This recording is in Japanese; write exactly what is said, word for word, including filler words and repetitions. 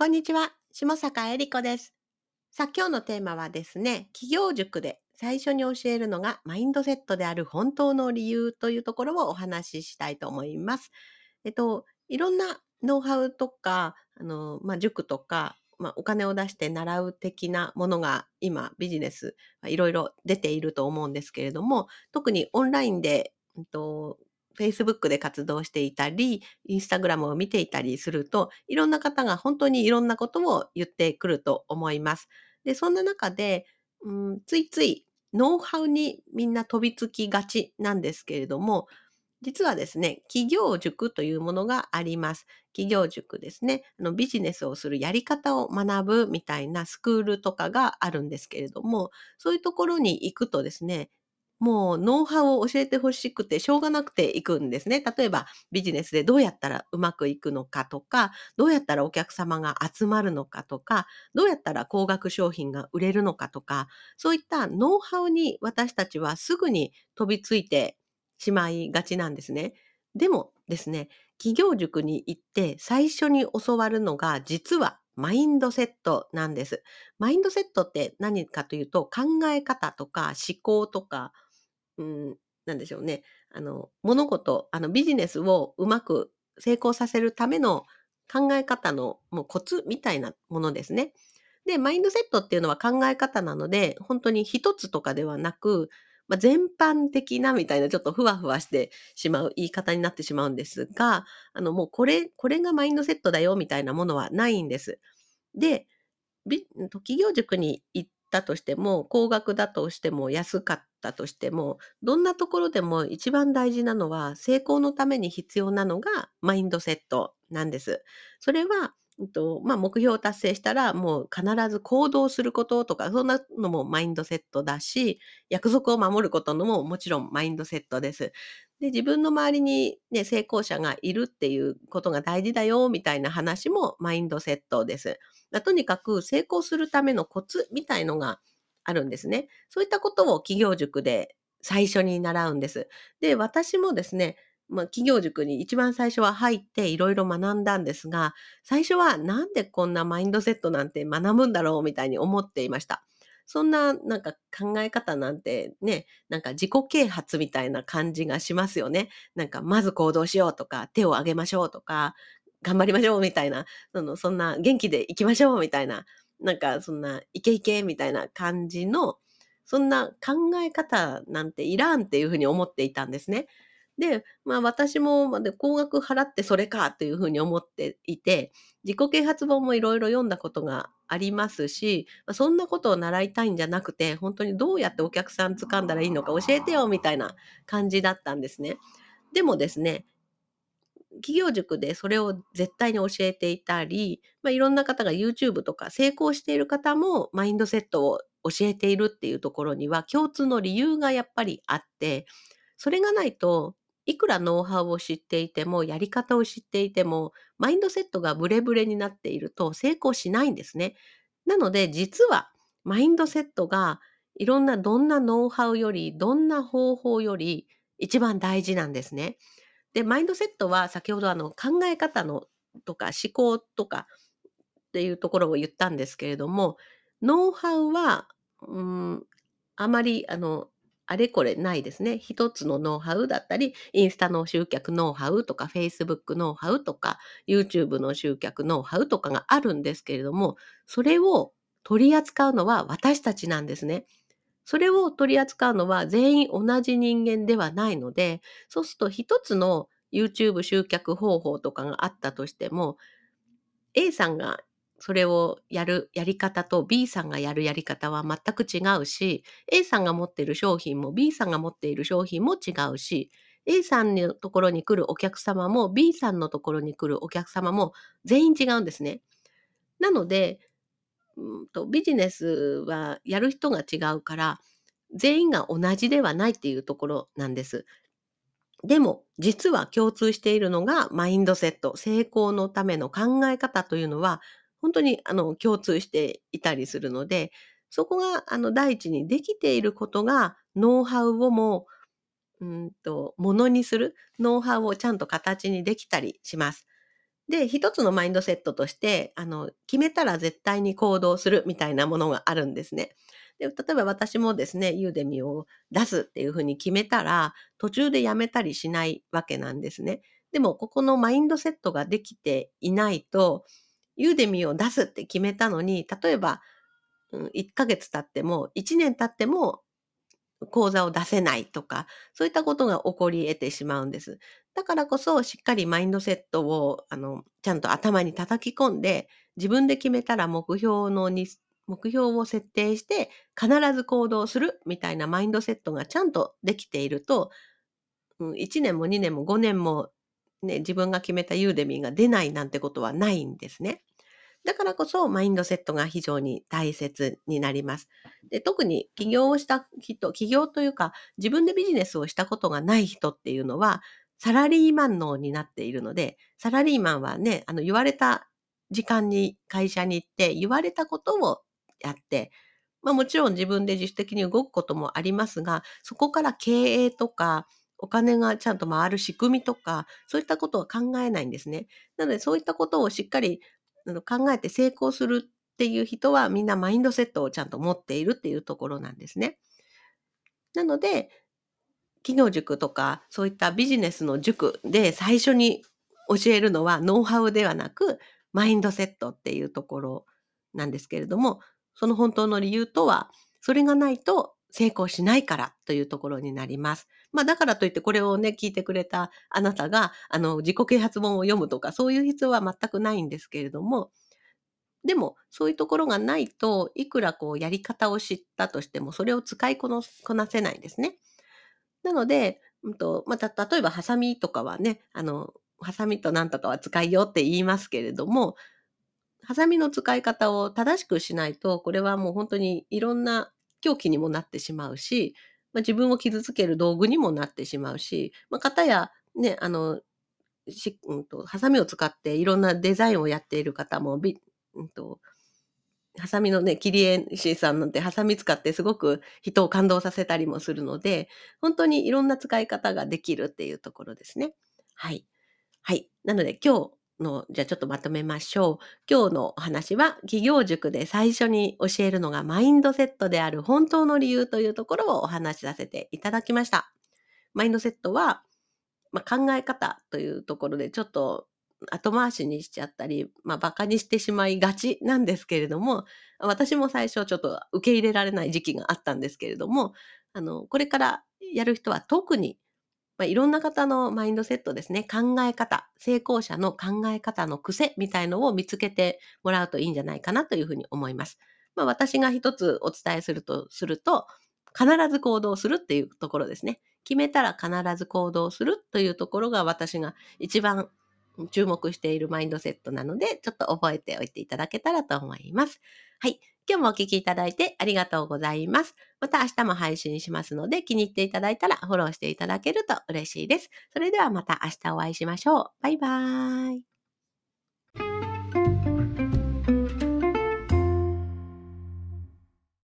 こんにちは、下坂恵理子です。さあ、今日のテーマはですね、企業塾で最初に教えるのがマインドセットである本当の理由というところをお話ししたいと思います。えっと、いろんなノウハウとか、あの、まあ、塾とか、まあ、お金を出して習う的なものが今ビジネスいろいろ出ていると思うんですけれども、特にオンラインで、うんと、Facebook で活動していたり、Instagram を見ていたりすると、いろんな方が本当にいろんなことを言ってくると思います。で、そんな中で、うん、ついついノウハウにみんな飛びつきがちなんですけれども、実はですね、企業塾というものがあります。企業塾ですね。あのビジネスをするやり方を学ぶみたいなスクールとかがあるんですけれども、そういうところに行くとですね、もうノウハウを教えてほしくてしょうがなくて行くんですね。例えばビジネスでどうやったらうまくいくのかとか、どうやったらお客様が集まるのかとか、どうやったら高額商品が売れるのかとか、そういったノウハウに私たちはすぐに飛びついてしまいがちなんですね。でもですね、企業塾に行って最初に教わるのが実はマインドセットなんです。マインドセットって何かというと考え方とか思考とか、うん、なんでしょうね。あの、物事、あのビジネスをうまく成功させるための考え方のもうコツみたいなものですね。で、マインドセットっていうのは考え方なので、本当に一つとかではなく、まあ、全般的なみたいなちょっとふわふわしてしまう言い方になってしまうんですが、あの、もうこれこれがマインドセットだよみたいなものはないんです。で、びうんと企業塾に行ったとしても、高額だとしても安かったとしても、どんなところでも一番大事なのは、成功のために必要なのがマインドセットなんです。それは、うんと、まあ、目標を達成したら、もう必ず行動することとか、そんなのもマインドセットだし、約束を守ることのももちろんマインドセットです。で、自分の周りにね、成功者がいるっていうことが大事だよみたいな話もマインドセットです。ま、とにかく成功するためのコツみたいのがあるんですね。そういったことを企業塾で最初に習うんです。で、私もですね、ま、企業塾に一番最初は入っていろいろ学んだんですが、最初はなんでこんなマインドセットなんて学ぶんだろうみたいに思っていました。そんななんか考え方なんてね、なんか自己啓発みたいな感じがしますよね。なんかまず行動しようとか、手を挙げましょうとか、頑張りましょうみたいな、その、そんな元気で行きましょうみたいな、なんかそんなイケイケみたいな感じの、そんな考え方なんていらんっていう風に思っていたんですね。で、まあ私も、ま、で、高額払ってそれかっていう風に思っていて、自己啓発本もいろいろ読んだことがありますし、ま、そんなことを習いたいんじゃなくて、ほんとにどうやってお客さん掴んだらいいのか教えてよみたいな感じだったんですね。でもですね、企業塾でそれを絶対に教えていたり、まあ、いろんな方が YouTube とか成功している方もマインドセットを教えているっていうところには共通の理由がやっぱりあって、それがないと、いくらノウハウを知っていても、やり方を知っていても、マインドセットがブレブレになっていると成功しないんですね。なので、実はマインドセットがいろんなどんなノウハウより、どんな方法より一番大事なんですね。で、マインドセットは先ほどあの考え方のとか思考とかっていうところを言ったんですけれども、ノウハウは、うーん、あまりあの、あれこれないですね。一つのノウハウだったり、インスタの集客ノウハウとか、Facebook ノウハウとか、YouTube の集客ノウハウとかがあるんですけれども、それを取り扱うのは私たちなんですね。それを取り扱うのは全員同じ人間ではないので、そうすると一つの YouTube 集客方法とかがあったとしても、A さんがそれをやるやり方と B さんがやるやり方は全く違うし、A さんが持っている商品も B さんが持っている商品も違うし、A さんのところに来るお客様も B さんのところに来るお客様も全員違うんですね。なので、うんと、ビジネスはやる人が違うから、全員が同じではないっていうところなんです。でも、実は共通しているのがマインドセット、成功のための考え方というのは、本当にあの共通していたりするので、そこがあの第一にできていることが、ノウハウをもうんと、ものにする、ノウハウをちゃんと形にできたりします。 で、一つのマインドセットとして、あの、決めたら絶対に行動するみたいなものがあるんですね。で、例えば私もですね、ユーデミを出すっていうふうに決めたら、途中でやめたりしないわけなんですね。でも、ここのマインドセットができていないと、ユーデミを出すって決めたのに、例えば、うん、いっかげつ経っても、いちねん経っても講座を出せないとか、そういったことが起こり得てしまうんです。だからこそ、しっかりマインドセットを、あの、ちゃんと頭に叩き込んで、自分で決めたら目標のに目標を設定して、必ず行動するみたいなマインドセットがちゃんとできていると、うん、いちねんもにねんもごねんも、ね、自分が決めたユーデミーが出ないなんてことはないんですね。だからこそ、マインドセットが非常に大切になります。で、特に起業をした人、起業というか、自分でビジネスをしたことがない人っていうのは、サラリーマン脳になっているので、サラリーマンはね、あの、言われた時間に会社に行って、言われたことをやって、まあもちろん自分で自主的に動くこともありますが、そこから経営とか、お金がちゃんと回る仕組みとか、そういったことは考えないんですね。なので、そういったことをしっかりあの、考えて成功するっていう人は、みんなマインドセットをちゃんと持っているっていうところなんですね。なので、企業塾とか、そういったビジネスの塾で最初に教えるのはノウハウではなく、マインドセットっていうところなんですけれども、その本当の理由とは、それがないと成功しないからというところになります。まあ、だからといってこれをね、聞いてくれたあなたが、あの、自己啓発本を読むとか、そういう必要は全くないんですけれども、でも、そういうところがないと、いくらこうやり方を知ったとしても、それを使いこのこなせないんですね。なので、うんと、ま、た例えばハサミとかはね、あの、ハサミとなんとかは使いよって言いますけれども、ハサミの使い方を正しくしないと、これはもうほんとにいろんな凶器にもなってしまうし、ま、自分を傷つける道具にもなってしまうし、ま、かたや、ね、あの、しうんと、ハサミを使っていろんなデザインをやっている方も、びうんとハサミのね、切り絵師さんなんてハサミ使ってすごく人を感動させたりもするので、ほんとにいろんな使い方ができるっていうところですね。はい。はい。なので今日の、じゃあちょっとまとめましょう。今日のお話は、企業塾で最初に教えるのがマインドセットである本当の理由というところをお話しさせていただきました。マインドセットはまあ、考え方というところでちょっと後回しにしちゃったり、まあ、馬鹿にしてしまいがちなんですけれども、私も最初ちょっと受け入れられない時期があったんですけれども、あの、これからやる人は特に、まあ、いろんな方のマインドセットですね、考え方、成功者の考え方の癖みたいのを見つけてもらうといいんじゃないかなというふうに思います。まあ、私が一つお伝えするとすると、必ず行動するっていうところですね。決めたら必ず行動するというところが私が一番注目しているマインドセットなので、ちょっと覚えておいていただけたらと思います。はい。今日もお聞きいただいてありがとうございます。また明日も配信しますので、気に入っていただいたらフォローしていただけると嬉しいです。それではまた明日お会いしましょう。バイバーイ。